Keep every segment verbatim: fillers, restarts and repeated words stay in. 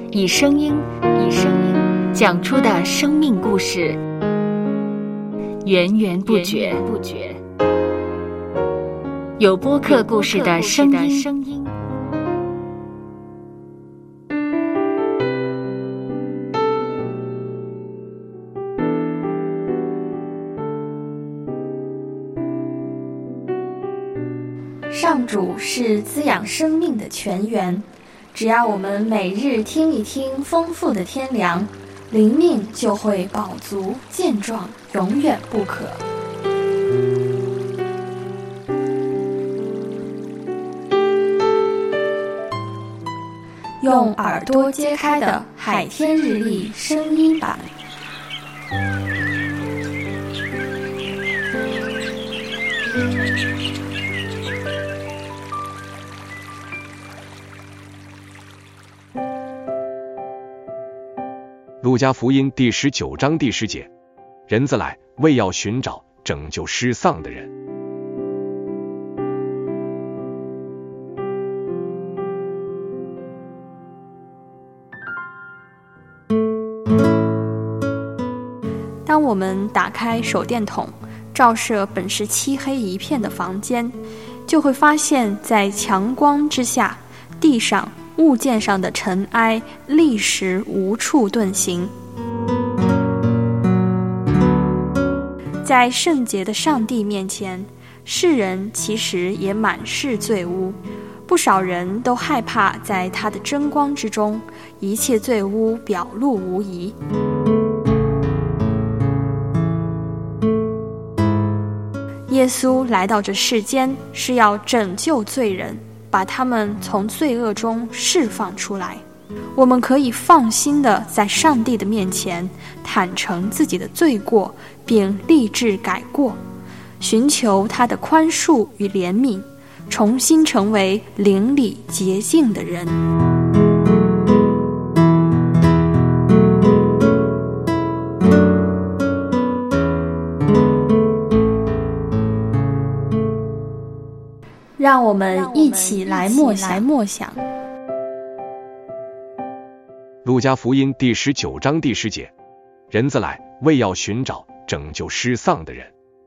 以声音以声音讲出的生命故事，源源不绝，有播客故事的声音。 上主是滋养生命的泉源，只要我们每日听一听丰富的天粮，灵命就会饱足健壮，永远不渴。用耳朵揭开的海天日历声音版。 路加福音第十九章第十节，人子来，为要寻找拯救失丧的人。 当我们打开手电筒，照射本是漆黑一片的房间，就会发现在强光之下，地上物件上的尘埃立时无处遁形。在圣洁的上帝面前，世人其实也满是罪污，不少人都害怕在他的真光之中，一切罪污表露无遗。耶稣来到这世间，是要拯救罪人，把他们从罪恶中释放出来。我们可以放心地在上帝的面前坦诚自己的罪过，并立志改过，寻求他的宽恕与怜悯，重新成为灵里洁净的人。让我们一起来默想默想。 路加福音第十九章第十节，人子来，为要寻找拯救失丧的人。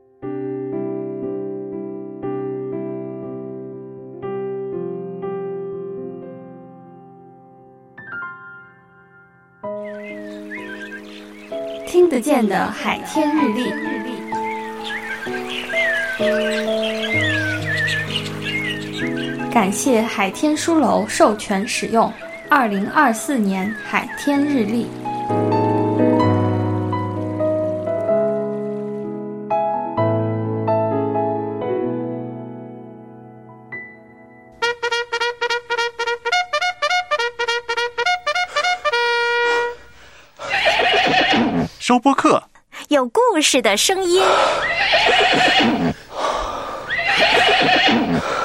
听得见的海天日历。感谢海天书楼授权使用二零二四年海天日历。 收播客， 有故事的声音。